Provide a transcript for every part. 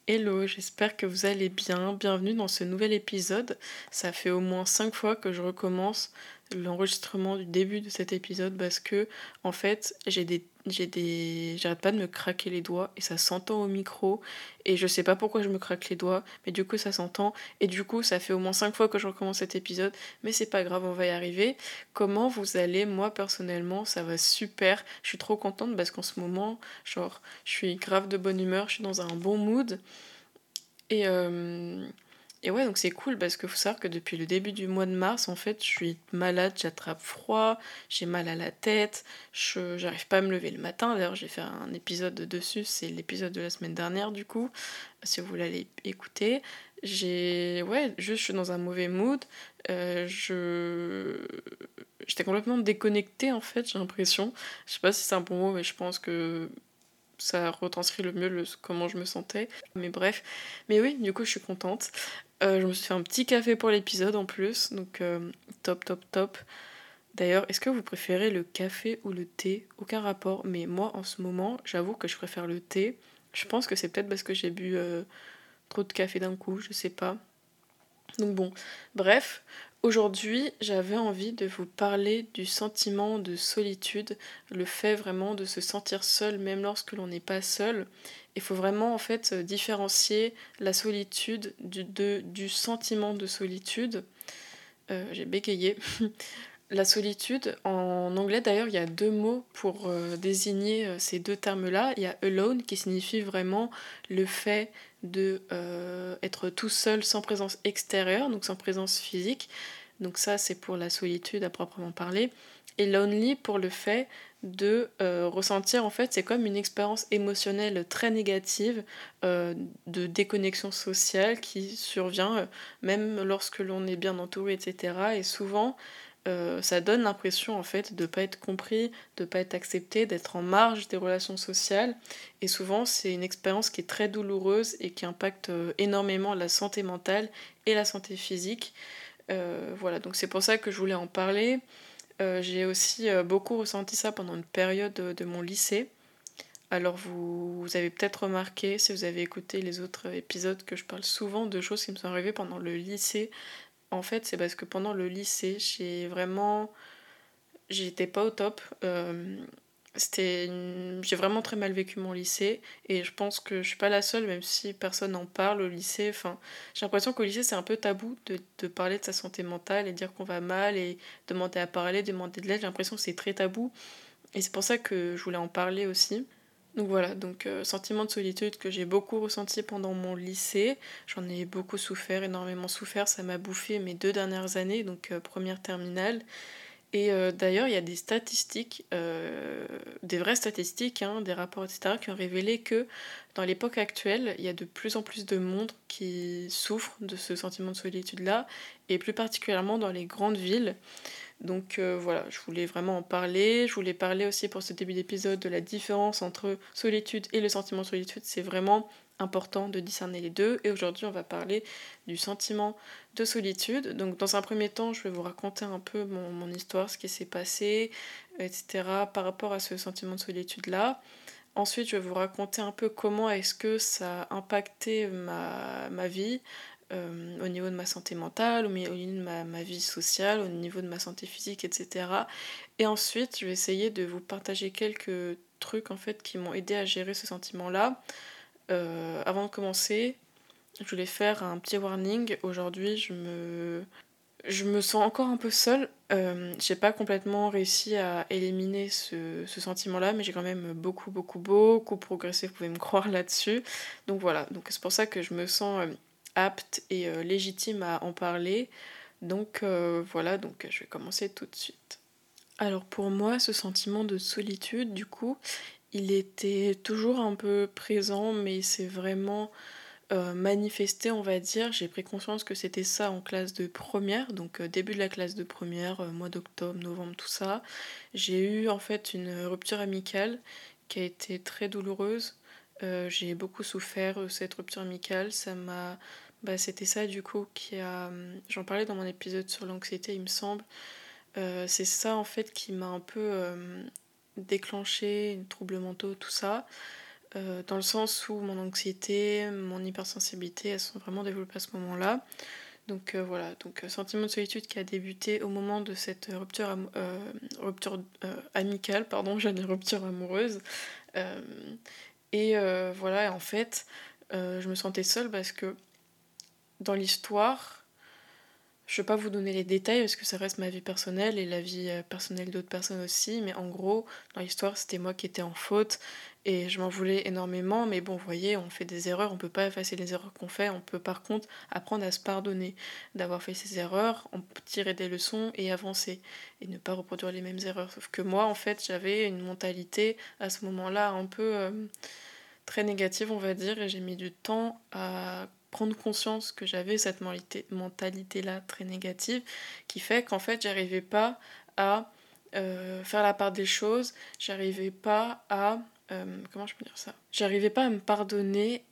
Hello, j'espère que vous allez bien. Bienvenue dans ce nouvel épisode. Ça fait au moins 5 fois que je recommence l'enregistrement du début de cet épisode parce que, en fait, j'arrête pas de me craquer les doigts et ça s'entend au micro. Et je sais pas pourquoi je me craque les doigts, mais du coup, ça s'entend. Et du coup, ça fait au moins 5 fois que je recommence cet épisode, mais c'est pas grave, on va y arriver. Comment vous allez? Moi, personnellement, ça va super. Je suis trop contente parce qu'en ce moment, genre, je suis grave de bonne humeur, je suis dans un bon mood. Et, euh, et ouais, donc c'est cool parce qu'il faut savoir que depuis le début du mois de mars, en fait, je suis malade, j'attrape froid, j'ai mal à la tête, j'arrive pas à me lever le matin. D'ailleurs, j'ai fait un épisode dessus, c'est l'épisode de la semaine dernière, du coup, si vous voulez aller écouter. Ouais, juste, je suis dans un mauvais mood. euh, je... J'étais complètement déconnectée, en fait, j'ai l'impression. Je sais pas si c'est un bon mot, mais je pense que ça retranscrit le mieux comment je me sentais. Mais bref, mais oui, du coup, je suis contente. Je me suis fait un petit café pour l'épisode en plus, donc top, top, top. D'ailleurs, est-ce que vous préférez le café ou le thé? Aucun rapport, mais moi en ce moment, j'avoue que je préfère le thé. Je pense que c'est peut-être parce que j'ai bu trop de café d'un coup, je sais pas. Donc bon, bref, aujourd'hui j'avais envie de vous parler du sentiment de solitude, le fait vraiment de se sentir seul même lorsque l'on n'est pas seul. Il faut vraiment en fait différencier la solitude du sentiment de solitude. J'ai bégayé. La solitude, en anglais d'ailleurs, il y a deux mots pour désigner ces deux termes-là. Il y a alone qui signifie vraiment le fait de être tout seul sans présence extérieure, donc sans présence physique. Donc ça, c'est pour la solitude à proprement parler. Et lonely pour le fait de ressentir, en fait, c'est comme une expérience émotionnelle très négative de déconnexion sociale qui survient même lorsque l'on est bien entouré, etc. Et souvent, ça donne l'impression en fait de pas être compris, de pas être accepté, d'être en marge des relations sociales. Et souvent, c'est une expérience qui est très douloureuse et qui impacte énormément la santé mentale et la santé physique. Voilà, donc c'est pour ça que je voulais en parler. J'ai aussi beaucoup ressenti ça pendant une période de mon lycée. Alors vous avez peut-être remarqué, si vous avez écouté les autres épisodes, que je parle souvent de choses qui me sont arrivées pendant le lycée. En fait, c'est parce que pendant le lycée, j'étais pas au top. J'ai vraiment très mal vécu mon lycée et je pense que je suis pas la seule, même si personne n'en parle au lycée. Enfin, j'ai l'impression qu'au lycée c'est un peu tabou de parler de sa santé mentale et dire qu'on va mal et demander à parler, demander de l'aide. J'ai l'impression que c'est très tabou et c'est pour ça que je voulais en parler aussi. Donc voilà, donc sentiment de solitude que j'ai beaucoup ressenti pendant mon lycée. J'en ai beaucoup souffert, énormément souffert. Ça m'a bouffé mes 2 dernières années, donc première terminale. Et d'ailleurs, il y a des statistiques, des vraies statistiques, hein, des rapports, etc., qui ont révélé que dans l'époque actuelle, il y a de plus en plus de monde qui souffrent de ce sentiment de solitude-là, et plus particulièrement dans les grandes villes. Donc voilà, je voulais vraiment en parler. Je voulais parler aussi pour ce début d'épisode de la différence entre solitude et le sentiment de solitude. C'est vraiment important de discerner les deux. Et aujourd'hui, on va parler du sentiment de solitude. Donc dans un premier temps, je vais vous raconter un peu mon histoire, ce qui s'est passé, etc. par rapport à ce sentiment de solitude-là. Ensuite, je vais vous raconter un peu comment est-ce que ça a impacté ma vie au niveau de ma santé mentale, au niveau de ma vie sociale, au niveau de ma santé physique, etc. Et ensuite, je vais essayer de vous partager quelques trucs en fait qui m'ont aidé à gérer ce sentiment-là. Avant de commencer, je voulais faire un petit warning. Aujourd'hui, je me sens encore un peu seule. J'ai pas complètement réussi à éliminer ce sentiment-là, mais j'ai quand même beaucoup, beaucoup, beaucoup progressé, vous pouvez me croire là-dessus. Donc voilà, donc c'est pour ça que je me sens apte et légitime à en parler. Donc voilà, donc je vais commencer tout de suite. Alors pour moi, ce sentiment de solitude, du coup, il était toujours un peu présent, mais c'est vraiment manifesté, on va dire. J'ai pris conscience que c'était ça en classe de première, donc début de la classe de première, mois d'octobre, novembre, tout ça. J'ai eu en fait une rupture amicale qui a été très douloureuse. J'ai beaucoup souffert cette rupture amicale. C'était ça du coup qui a. J'en parlais dans mon épisode sur l'anxiété, il me semble. C'est ça en fait qui m'a un peu déclenché, troubles mentaux, tout ça. dans le sens où mon anxiété, mon hypersensibilité, elles sont vraiment développées à ce moment-là. Donc voilà, donc sentiment de solitude qui a débuté au moment de cette rupture amicale, pardon, j'allais dire rupture amoureuse. Euh, voilà, en fait, je me sentais seule parce que dans l'histoire, je ne vais pas vous donner les détails parce que ça reste ma vie personnelle et la vie personnelle d'autres personnes aussi, mais en gros, dans l'histoire, c'était moi qui étais en faute et je m'en voulais énormément. Mais bon, vous voyez, on fait des erreurs, on peut pas effacer les erreurs qu'on fait, on peut par contre apprendre à se pardonner d'avoir fait ces erreurs, on peut tirer des leçons et avancer et ne pas reproduire les mêmes erreurs. Sauf que moi, en fait, j'avais une mentalité à ce moment-là un peu très négative, on va dire, et j'ai mis du temps à prendre conscience que j'avais cette mentalité-là très négative, qui fait qu'en fait, j'arrivais pas à faire la part des choses, j'arrivais pas à... comment je peux dire ça? J'arrivais pas à me pardonner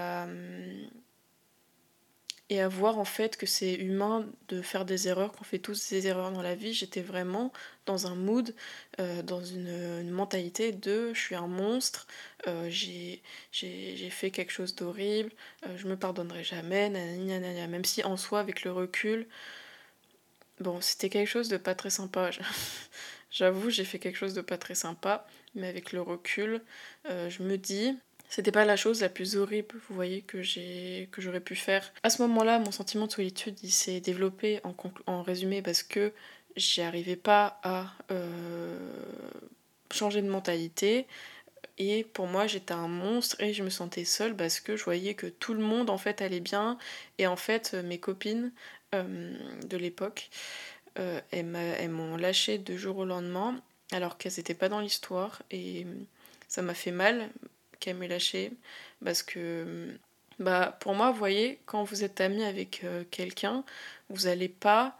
et à voir en fait que c'est humain de faire des erreurs, qu'on fait tous des erreurs dans la vie. J'étais vraiment dans un mood, dans une mentalité de je suis un monstre, j'ai fait quelque chose d'horrible, je me pardonnerai jamais, nanani, nanana. Même si en soi, avec le recul, bon, c'était quelque chose de pas très sympa. J'avoue, j'ai fait quelque chose de pas très sympa, mais avec le recul, je me dis, c'était pas la chose la plus horrible, vous voyez, que j'aurais pu faire. À ce moment-là, mon sentiment de solitude, il s'est développé en résumé parce que j'y arrivais pas à changer de mentalité. Et pour moi, j'étais un monstre et je me sentais seule parce que je voyais que tout le monde en fait allait bien. Et en fait, mes copines de l'époque, elles m'ont lâché de jour au lendemain alors qu'elles n'étaient pas dans l'histoire. Et ça m'a fait mal qu'elles m'aient lâché parce que bah, pour moi, vous voyez, quand vous êtes ami avec quelqu'un, vous n'allez pas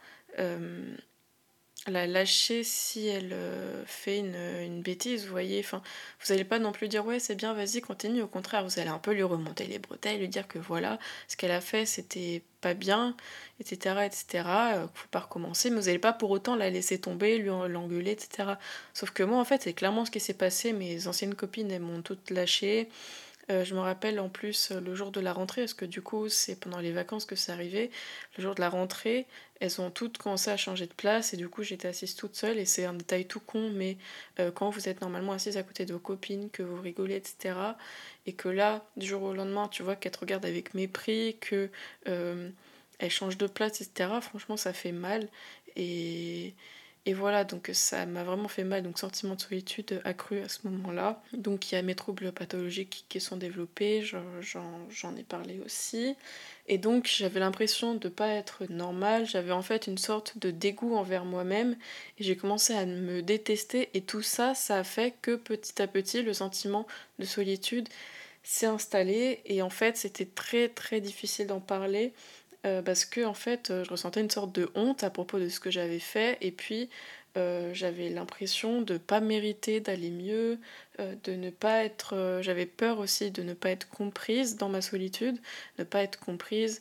la lâcher si elle fait une bêtise, vous voyez. Enfin, vous n'allez pas non plus dire ouais, c'est bien, vas-y, continue. Au contraire, vous allez un peu lui remonter les bretelles, lui dire que voilà, ce qu'elle a fait, c'était pas bien, etc., etc., qu'il faut pas recommencer, mais vous n'allez pas pour autant la laisser tomber, l'engueuler, etc. Sauf que moi, en fait, c'est clairement ce qui s'est passé. Mes anciennes copines, elles m'ont toutes lâché. Je me rappelle en plus le jour de la rentrée, parce que du coup c'est pendant les vacances que c'est arrivé, le jour de la rentrée, elles ont toutes commencé à changer de place et du coup j'étais assise toute seule et c'est un détail tout con, mais quand vous êtes normalement assise à côté de vos copines, que vous rigolez, etc. Et que là, du jour au lendemain, tu vois qu'elles te regardent avec mépris, que elles changent de place, etc. Franchement ça fait mal et... Et voilà, donc ça m'a vraiment fait mal, donc sentiment de solitude accru à ce moment-là. Donc il y a mes troubles pathologiques qui sont développés, j'en ai parlé aussi. Et donc j'avais l'impression de ne pas être normale, j'avais en fait une sorte de dégoût envers moi-même et j'ai commencé à me détester et tout ça, ça a fait que petit à petit le sentiment de solitude s'est installé et en fait c'était très très difficile d'en parler parce que en fait je ressentais une sorte de honte à propos de ce que j'avais fait et puis j'avais l'impression de pas mériter d'aller mieux, de ne pas être j'avais peur aussi de ne pas être comprise dans ma solitude, ne pas être comprise.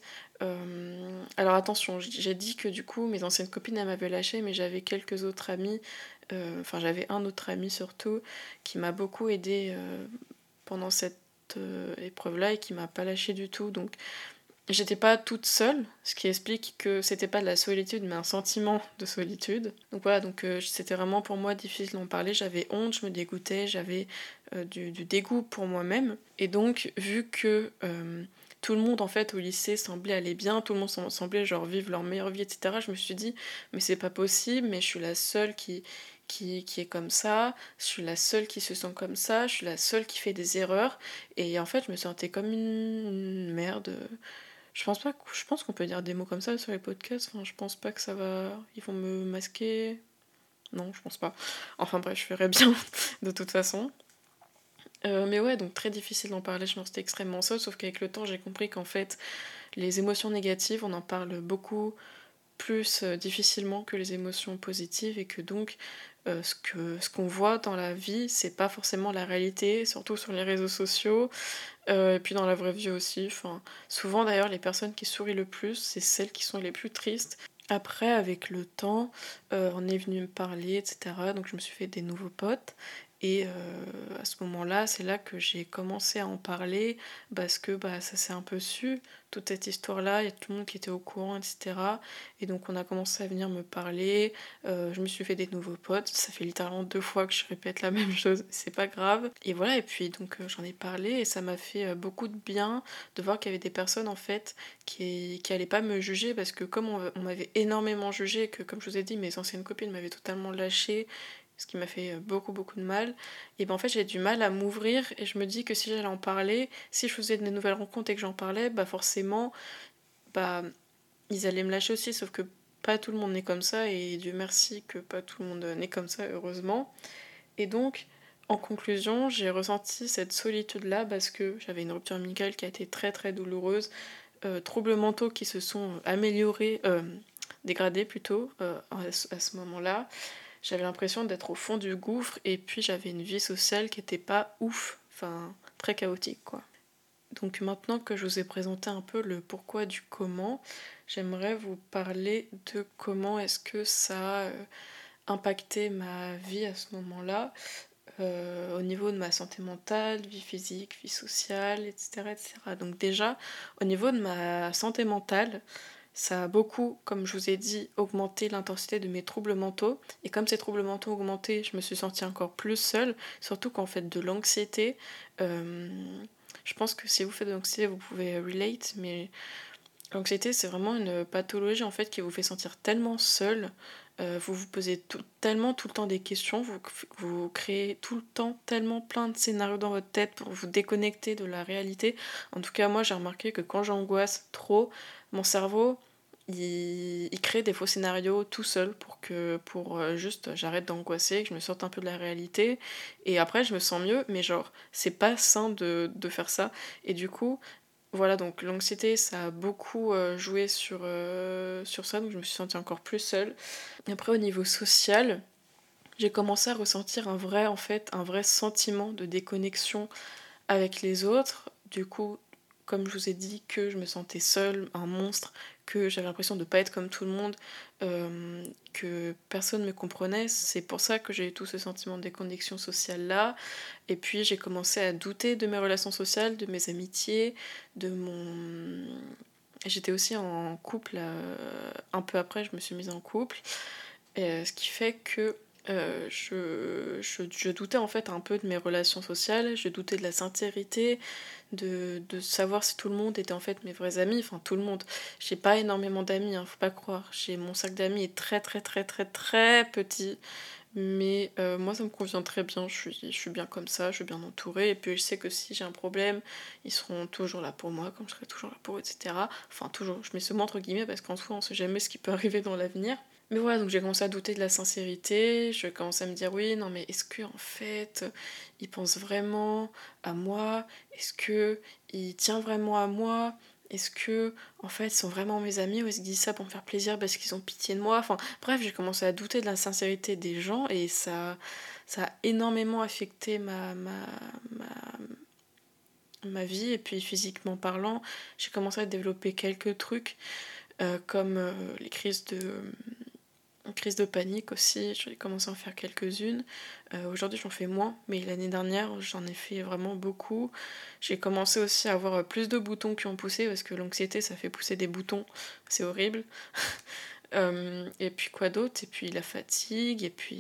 Alors attention, j'ai dit que du coup mes anciennes copines elles m'avaient lâché, mais j'avais quelques autres amis, enfin j'avais un autre ami surtout qui m'a beaucoup aidé pendant cette épreuve-là et qui m'a pas lâché du tout. Donc j'étais pas toute seule, ce qui explique que c'était pas de la solitude mais un sentiment de solitude. Donc voilà, donc c'était vraiment pour moi difficile d'en parler, j'avais honte, je me dégoûtais, j'avais du dégoût pour moi-même. Et donc vu que tout le monde en fait au lycée semblait aller bien, tout le monde semblait genre vivre leur meilleure vie, etc. Je me suis dit mais c'est pas possible, mais je suis la seule qui est comme ça, je suis la seule qui se sent comme ça, je suis la seule qui fait des erreurs. Et en fait je me sentais comme une merde. Je pense qu'on peut dire des mots comme ça sur les podcasts. Enfin, je pense pas que ça va. Ils vont me masquer. Non, je pense pas. Enfin bref, je ferai bien de toute façon. Mais ouais, donc très difficile d'en parler, je m'en sentais extrêmement seule, sauf qu'avec le temps j'ai compris qu'en fait les émotions négatives on en parle beaucoup plus difficilement que les émotions positives et que donc ce qu'on voit dans la vie c'est pas forcément la réalité, surtout sur les réseaux sociaux. Et puis dans la vraie vie aussi, enfin, souvent d'ailleurs les personnes qui sourient le plus, c'est celles qui sont les plus tristes. Après, avec le temps, on est venu me parler, etc. Donc je me suis fait des nouveaux potes. Et à ce moment-là, c'est là que j'ai commencé à en parler parce que ça s'est un peu su, toute cette histoire-là, il y a tout le monde qui était au courant, etc. Et donc on a commencé à venir me parler, je me suis fait des nouveaux potes, ça fait littéralement 2 fois que je répète la même chose, c'est pas grave. Et voilà, et puis donc j'en ai parlé et ça m'a fait beaucoup de bien de voir qu'il y avait des personnes en fait qui allaient pas me juger parce que comme on m'avait énormément jugé, que comme je vous ai dit, mes anciennes copines m'avaient totalement lâché, ce qui m'a fait beaucoup beaucoup de mal, et ben en fait j'ai du mal à m'ouvrir et je me dis que si j'allais en parler, si je faisais de nouvelles rencontres et que j'en parlais, forcément, bah ils allaient me lâcher aussi, sauf que pas tout le monde n'est comme ça et Dieu merci que pas tout le monde n'est comme ça, heureusement. Et donc, en conclusion, j'ai ressenti cette solitude-là parce que j'avais une rupture amicale qui a été très très douloureuse, troubles mentaux qui se sont améliorés, dégradés plutôt, à ce moment-là. J'avais l'impression d'être au fond du gouffre et puis j'avais une vie sociale qui était pas ouf, enfin très chaotique quoi. Donc maintenant que je vous ai présenté un peu le pourquoi du comment, j'aimerais vous parler de comment est-ce que ça a impacté ma vie à ce moment-là, au niveau de ma santé mentale, vie physique, vie sociale, etc., etc. Donc déjà, au niveau de ma santé mentale, ça a beaucoup, comme je vous ai dit, augmenté l'intensité de mes troubles mentaux. Et comme ces troubles mentaux ont augmenté, je me suis sentie encore plus seule, surtout qu'en fait de l'anxiété. euh, je pense que si vous faites de l'anxiété, vous pouvez relate, mais l'anxiété, c'est vraiment une pathologie en fait qui vous fait sentir tellement seul. Vous vous posez tellement tout le temps des questions, vous créez tout le temps tellement plein de scénarios dans votre tête pour vous déconnecter de la réalité. En tout cas, moi j'ai remarqué que quand j'angoisse trop, mon cerveau il crée des faux scénarios tout seul pour juste j'arrête d'angoisser, que je me sorte un peu de la réalité. Et après, je me sens mieux, mais genre, c'est pas sain de faire ça. Et du coup, voilà, donc l'anxiété, ça a beaucoup joué sur ça, donc je me suis sentie encore plus seule. Et après, au niveau social, j'ai commencé à ressentir en fait, un vrai sentiment de déconnexion avec les autres. Du coup, comme je vous ai dit, que je me sentais seule, un monstre, que j'avais l'impression de ne pas être comme tout le monde, que personne ne me comprenait. C'est pour ça que j'ai eu tout ce sentiment de déconnexion sociale-là. Et puis j'ai commencé à douter de mes relations sociales, de mes amitiés, de mon... J'étais aussi en couple, un peu après je me suis mise en couple, ce qui fait que je doutais en fait un peu de mes relations sociales, je doutais de la sincérité, de savoir si tout le monde était en fait mes vrais amis, enfin tout le monde. J'ai pas énormément d'amis, hein, faut pas croire. Mon sac d'amis est très très très très très petit, mais moi ça me convient très bien, je suis bien comme ça, je suis bien entourée, et puis je sais que si j'ai un problème, ils seront toujours là pour moi, comme je serai toujours là pour eux, etc. Enfin toujours, je mets ce mot entre guillemets parce qu'en soi on sait jamais ce qui peut arriver dans l'avenir. Mais voilà, donc j'ai commencé à douter de la sincérité, je commençais à me dire oui, non mais est-ce que en fait, il pense vraiment à moi? Est-ce que il tient vraiment à moi? Est-ce que en fait, ils sont vraiment mes amis ou est-ce qu'ils disent ça pour me faire plaisir parce qu'ils ont pitié de moi? Enfin, bref, j'ai commencé à douter de la sincérité des gens et ça a énormément affecté ma, ma vie. Et puis physiquement parlant, j'ai commencé à développer quelques trucs comme les crises de panique aussi, j'ai commencé à en faire quelques-unes. Aujourd'hui, j'en fais moins, mais l'année dernière, j'en ai fait vraiment beaucoup. J'ai commencé aussi à avoir plus de boutons qui ont poussé, parce que l'anxiété, ça fait pousser des boutons, c'est horrible. Et puis quoi d'autre? Et puis la fatigue,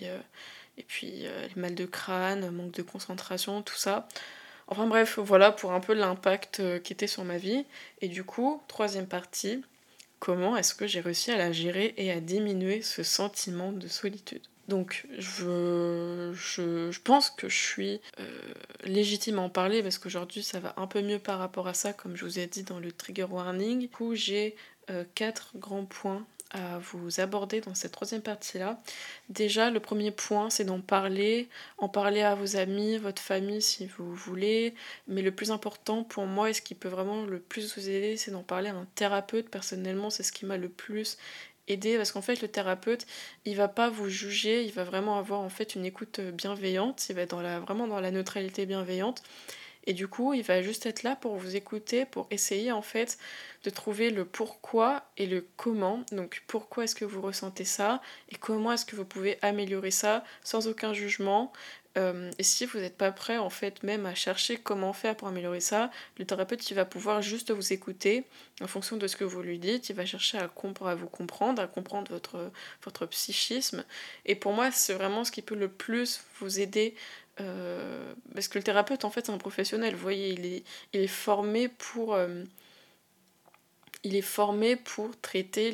les mal de crâne, manque de concentration, tout ça. Enfin bref, voilà pour un peu l'impact qui était sur ma vie. Et du coup, troisième partie, comment est-ce que j'ai réussi à la gérer et à diminuer ce sentiment de solitude. Donc je pense que je suis légitime à en parler parce qu'aujourd'hui ça va un peu mieux par rapport à ça, comme je vous ai dit dans le trigger warning. Du coup j'ai 4 grands points à vous aborder dans cette troisième partie-là. Déjà, le premier point, c'est en parler à vos amis, votre famille si vous voulez, mais le plus important pour moi et ce qui peut vraiment le plus vous aider, c'est d'en parler à un thérapeute. Personnellement, c'est ce qui m'a le plus aidé parce qu'en fait, le thérapeute, il va pas vous juger, il va vraiment avoir en fait une écoute bienveillante, il va être vraiment dans la neutralité bienveillante. Et du coup, il va juste être là pour vous écouter, pour essayer en fait de trouver le pourquoi et le comment. Donc pourquoi est-ce que vous ressentez ça et comment est-ce que vous pouvez améliorer ça sans aucun jugement. Et si vous n'êtes pas prêt en fait même à chercher comment faire pour améliorer ça, le thérapeute il va pouvoir juste vous écouter en fonction de ce que vous lui dites, il va chercher à vous comprendre, à comprendre votre psychisme. Et pour moi c'est vraiment ce qui peut le plus vous aider, parce que le thérapeute en fait c'est un professionnel, vous voyez, il est formé pour... il est formé pour traiter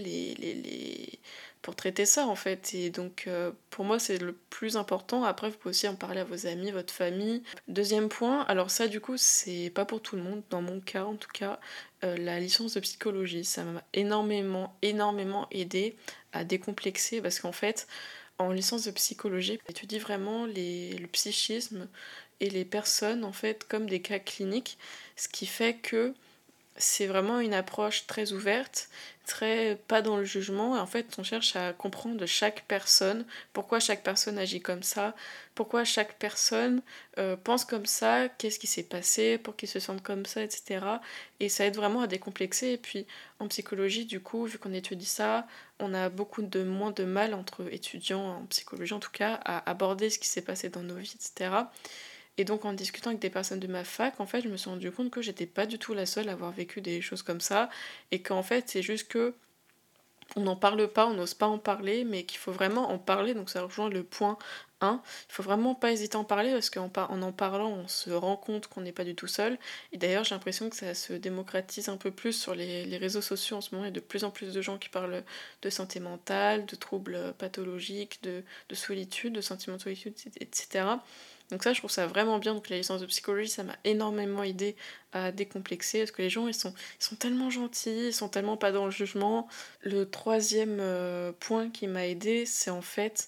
pour traiter ça en fait. Et donc pour moi c'est le plus important. Après vous pouvez aussi en parler à vos amis, votre famille. Deuxième point, alors ça du coup c'est pas pour tout le monde, dans mon cas en tout cas, la licence de psychologie, ça m'a énormément aidé à décomplexer parce qu'en fait en licence de psychologie, on étudie vraiment le psychisme et les personnes en fait comme des cas cliniques, ce qui fait que c'est vraiment une approche très ouverte, très pas dans le jugement. Et en fait, on cherche à comprendre de chaque personne, pourquoi chaque personne agit comme ça, pourquoi chaque personne pense comme ça, qu'est-ce qui s'est passé, pour qu'ils se sentent comme ça, etc. Et ça aide vraiment à décomplexer. Et puis en psychologie, du coup, vu qu'on étudie ça, on a beaucoup de moins de mal entre étudiants en psychologie, en tout cas, à aborder ce qui s'est passé dans nos vies, etc. Et donc en discutant avec des personnes de ma fac, en fait, je me suis rendu compte que j'étais pas du tout la seule à avoir vécu des choses comme ça, et qu'en fait, c'est juste que on n'en parle pas, on n'ose pas en parler, mais qu'il faut vraiment en parler, donc ça rejoint le point 1. Il faut vraiment pas hésiter à en parler, parce en parlant, on se rend compte qu'on n'est pas du tout seul. Et d'ailleurs, j'ai l'impression que ça se démocratise un peu plus sur les réseaux sociaux en ce moment. Il y a de plus en plus de gens qui parlent de santé mentale, de troubles pathologiques, de solitude, de sentiments de solitude, etc. Donc ça, je trouve ça vraiment bien. Donc la licence de psychologie, ça m'a énormément aidé à décomplexer, parce que les gens, ils sont tellement gentils, ils sont tellement pas dans le jugement. Le troisième point qui m'a aidé, c'est en fait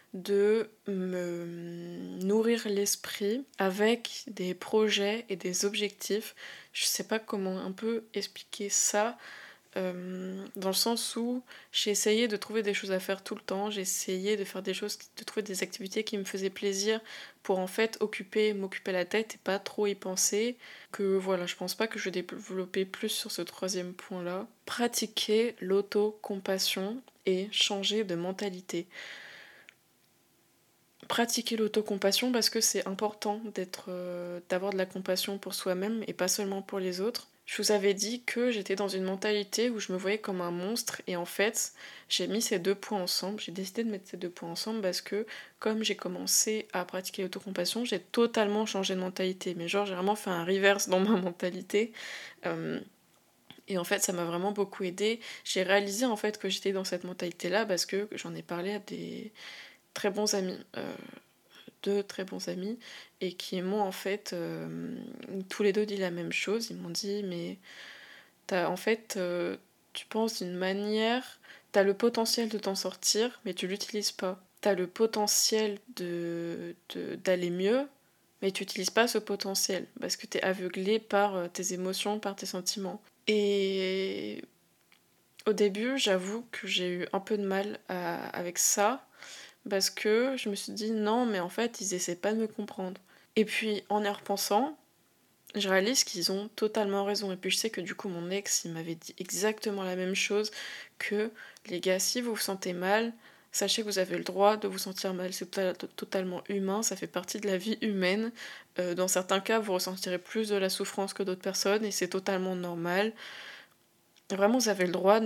de me nourrir l'esprit avec des projets et des objectifs. Je sais pas comment un peu expliquer ça, dans le sens où j'ai essayé de trouver des choses à faire tout le temps, j'ai essayé de faire des choses, de trouver des activités qui me faisaient plaisir pour en fait m'occuper la tête et pas trop y penser. Que voilà, je pense pas que je vais développer plus sur ce troisième point-là. Pratiquer l'autocompassion et changer de mentalité. Pratiquer l'autocompassion parce que c'est important d'avoir de la compassion pour soi-même et pas seulement pour les autres. Je vous avais dit que j'étais dans une mentalité où je me voyais comme un monstre et en fait j'ai mis ces deux points ensemble, j'ai décidé de mettre ces deux points ensemble parce que comme j'ai commencé à pratiquer l'autocompassion, j'ai totalement changé de mentalité, mais genre j'ai vraiment fait un reverse dans ma mentalité. Euh, et en fait, ça m'a vraiment beaucoup aidé. J'ai réalisé en fait que j'étais dans cette mentalité-là parce que j'en ai parlé à des très bons amis, deux très bons amis, et qui m'ont en fait tous les deux dit la même chose. Ils m'ont dit, mais en fait, tu penses d'une manière, t'as le potentiel de t'en sortir, mais tu l'utilises pas. T'as le potentiel d'aller mieux, mais tu n'utilises pas ce potentiel parce que t'es aveuglé par tes émotions, par tes sentiments. Et au début, j'avoue que j'ai eu un peu de mal avec ça parce que je me suis dit non, mais en fait, ils essaient pas de me comprendre. Et puis, en y repensant, je réalise qu'ils ont totalement raison. Et puis, je sais que du coup, mon ex, il m'avait dit exactement la même chose, que les gars, si vous vous sentez mal, sachez que vous avez le droit de vous sentir mal. C'est totalement humain, ça fait partie de la vie humaine. Dans certains cas, vous ressentirez plus de la souffrance que d'autres personnes, et c'est totalement normal. Vraiment, vous avez le droit,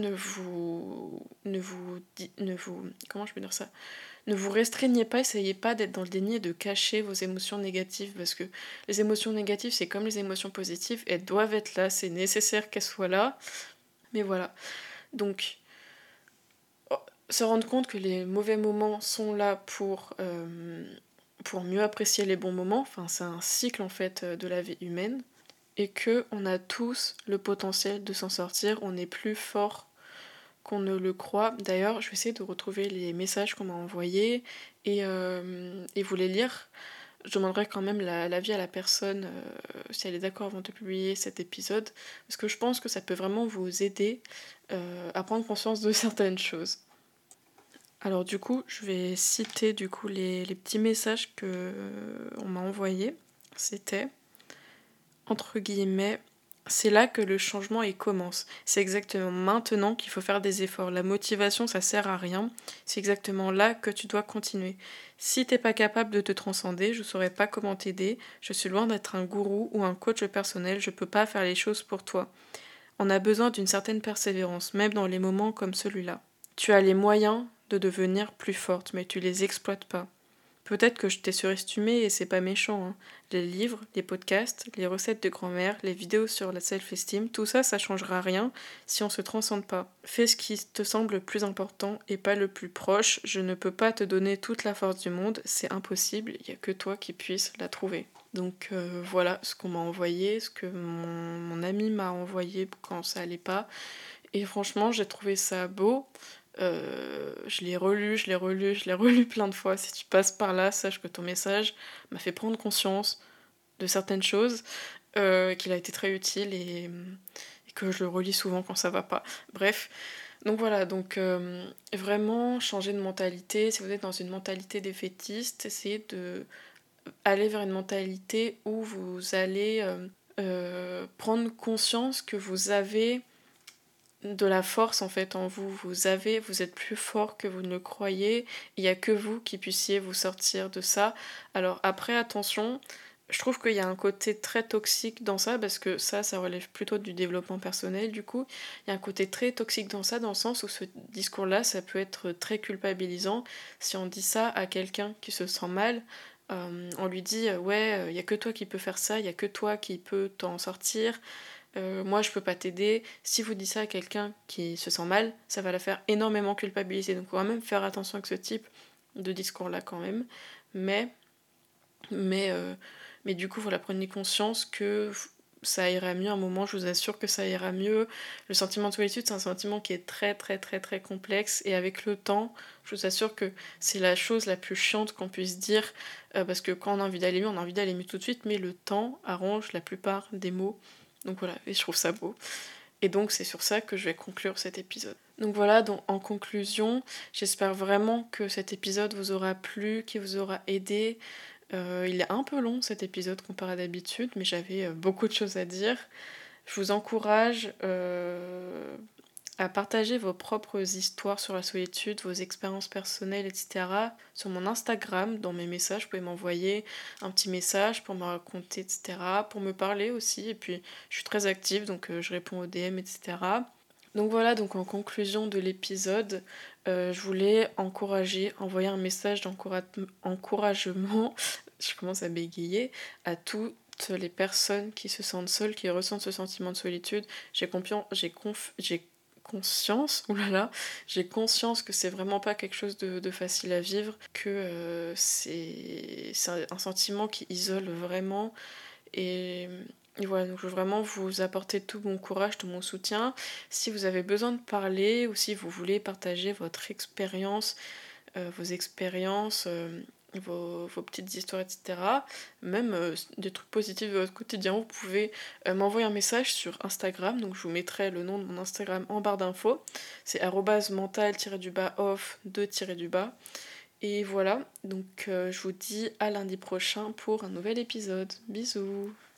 comment je peux dire ça? Ne vous restreignez pas, essayez pas d'être dans le déni et de cacher vos émotions négatives, parce que les émotions négatives, c'est comme les émotions positives, elles doivent être là, c'est nécessaire qu'elles soient là. Mais voilà. Donc, se rendre compte que les mauvais moments sont là pour mieux apprécier les bons moments, enfin, c'est un cycle en fait de la vie humaine, et que on a tous le potentiel de s'en sortir, on est plus fort qu'on ne le croit. D'ailleurs, je vais essayer de retrouver les messages qu'on m'a envoyés et vous les lire. Je demanderai quand même l'avis à la personne si elle est d'accord avant de publier cet épisode, parce que je pense que ça peut vraiment vous aider à prendre conscience de certaines choses. Alors du coup, je vais citer du coup les petits messages que on m'a envoyés. C'était entre guillemets c'est là que le changement il commence. C'est exactement maintenant qu'il faut faire des efforts. La motivation, ça sert à rien. C'est exactement là que tu dois continuer. Si t'es pas capable de te transcender, je saurais pas comment t'aider. Je suis loin d'être un gourou ou un coach personnel. Je peux pas faire les choses pour toi. On a besoin d'une certaine persévérance, même dans les moments comme celui-là. Tu as les moyens de devenir plus forte, mais tu les exploites pas. Peut-être que je t'ai surestimé et c'est pas méchant, hein. Les livres, les podcasts, les recettes de grand-mère, les vidéos sur la self-esteem, tout ça, ça changera rien si on se transcende pas. Fais ce qui te semble le plus important et pas le plus proche. Je ne peux pas te donner toute la force du monde, c'est impossible, il y a que toi qui puisses la trouver. Donc voilà ce qu'on m'a envoyé, ce que mon ami m'a envoyé quand ça allait pas. Et franchement, j'ai trouvé ça beau. Je l'ai relu, je l'ai relu, je l'ai relu plein de fois. Si tu passes par là, sache que ton message m'a fait prendre conscience de certaines choses, qu'il a été très utile et que je le relis souvent quand ça va pas. Bref, donc voilà, donc vraiment changer de mentalité. Si vous êtes dans une mentalité défaitiste, essayez de aller vers une mentalité où vous allez prendre conscience que vous avez de la force en fait en vous. Vous êtes plus fort que vous ne le croyez. Il n'y a que vous qui puissiez vous sortir de ça. Alors après, attention, je trouve qu'il y a un côté très toxique dans ça, parce que ça relève plutôt du développement personnel du coup. Il y a un côté très toxique dans ça, dans le sens où ce discours-là, ça peut être très culpabilisant. Si on dit ça à quelqu'un qui se sent mal, on lui dit ouais, il y a que toi qui peux faire ça, il y a que toi qui peux t'en sortir. Moi je peux pas t'aider. Si vous dites ça à quelqu'un qui se sent mal, ça va la faire énormément culpabiliser. Donc on va même faire attention avec ce type de discours-là quand même. Mais, mais, euh, mais du coup, voilà, prenez conscience que ça ira mieux un moment, je vous assure que ça ira mieux. Le sentiment de solitude, c'est un sentiment qui est très très très très complexe, et avec le temps, je vous assure que c'est la chose la plus chiante qu'on puisse dire, parce que quand on a envie d'aller mieux, on a envie d'aller mieux tout de suite, mais le temps arrange la plupart des maux. Donc voilà, et je trouve ça beau. Et donc c'est sur ça que je vais conclure cet épisode. Donc voilà, donc en conclusion, j'espère vraiment que cet épisode vous aura plu, qu'il vous aura aidé. Il est un peu long cet épisode comparé à d'habitude, mais j'avais beaucoup de choses à dire. Je vous encourage à partager vos propres histoires sur la solitude, vos expériences personnelles, etc. sur mon Instagram, dans mes messages, vous pouvez m'envoyer un petit message pour me raconter, etc. Pour me parler aussi, et puis je suis très active, donc je réponds aux DM, etc. Donc voilà, donc en conclusion de l'épisode, je voulais envoyer un message d'encouragement, je commence à bégayer, à toutes les personnes qui se sentent seules, qui ressentent ce sentiment de solitude. J'ai conscience, oulala, j'ai conscience que c'est vraiment pas quelque chose de facile à vivre, que c'est un sentiment qui isole vraiment, et voilà, donc je veux vraiment vous apporter tout mon courage, tout mon soutien. Si vous avez besoin de parler, ou si vous voulez partager votre expérience, vos expériences, vos petites histoires, etc., même des trucs positifs de votre quotidien, vous pouvez m'envoyer un message sur Instagram. Donc je vous mettrai le nom de mon Instagram en barre d'infos. C'est @mental-off 2-. Et voilà, donc je vous dis à lundi prochain pour un nouvel épisode. Bisous.